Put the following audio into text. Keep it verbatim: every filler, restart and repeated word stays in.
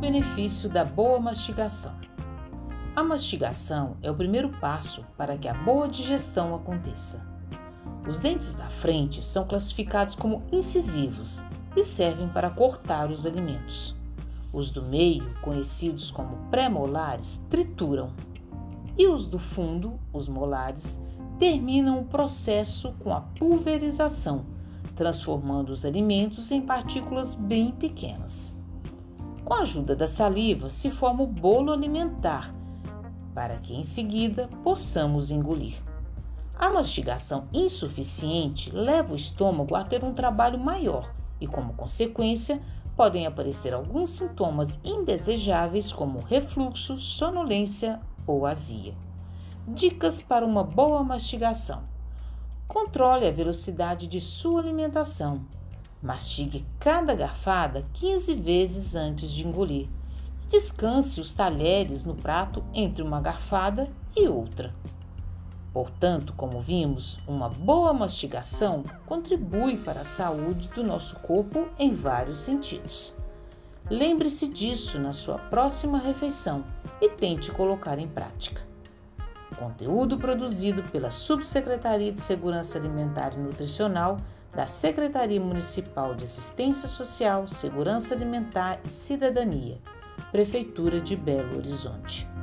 benefício da boa mastigação. A mastigação é o primeiro passo para que a boa digestão aconteça. Os dentes da frente são classificados como incisivos e servem para cortar os alimentos. Os do meio, conhecidos como pré-molares, trituram. E os do fundo, os molares, terminam o processo com a pulverização, transformando os alimentos em partículas bem pequenas. Com a ajuda da saliva, se forma o bolo alimentar, para que em seguida possamos engolir. A mastigação insuficiente leva o estômago a ter um trabalho maior e, como consequência, podem aparecer alguns sintomas indesejáveis como refluxo, sonolência ou azia. Dicas para uma boa mastigação: controle a velocidade de sua alimentação. Mastigue cada garfada quinze vezes antes de engolir. Descanse os talheres no prato entre uma garfada e outra. Portanto, como vimos, uma boa mastigação contribui para a saúde do nosso corpo em vários sentidos. Lembre-se disso na sua próxima refeição e tente colocar em prática. Conteúdo produzido pela Subsecretaria de Segurança Alimentar e Nutricional da Secretaria Municipal de Assistência Social, Segurança Alimentar e Cidadania, Prefeitura de Belo Horizonte.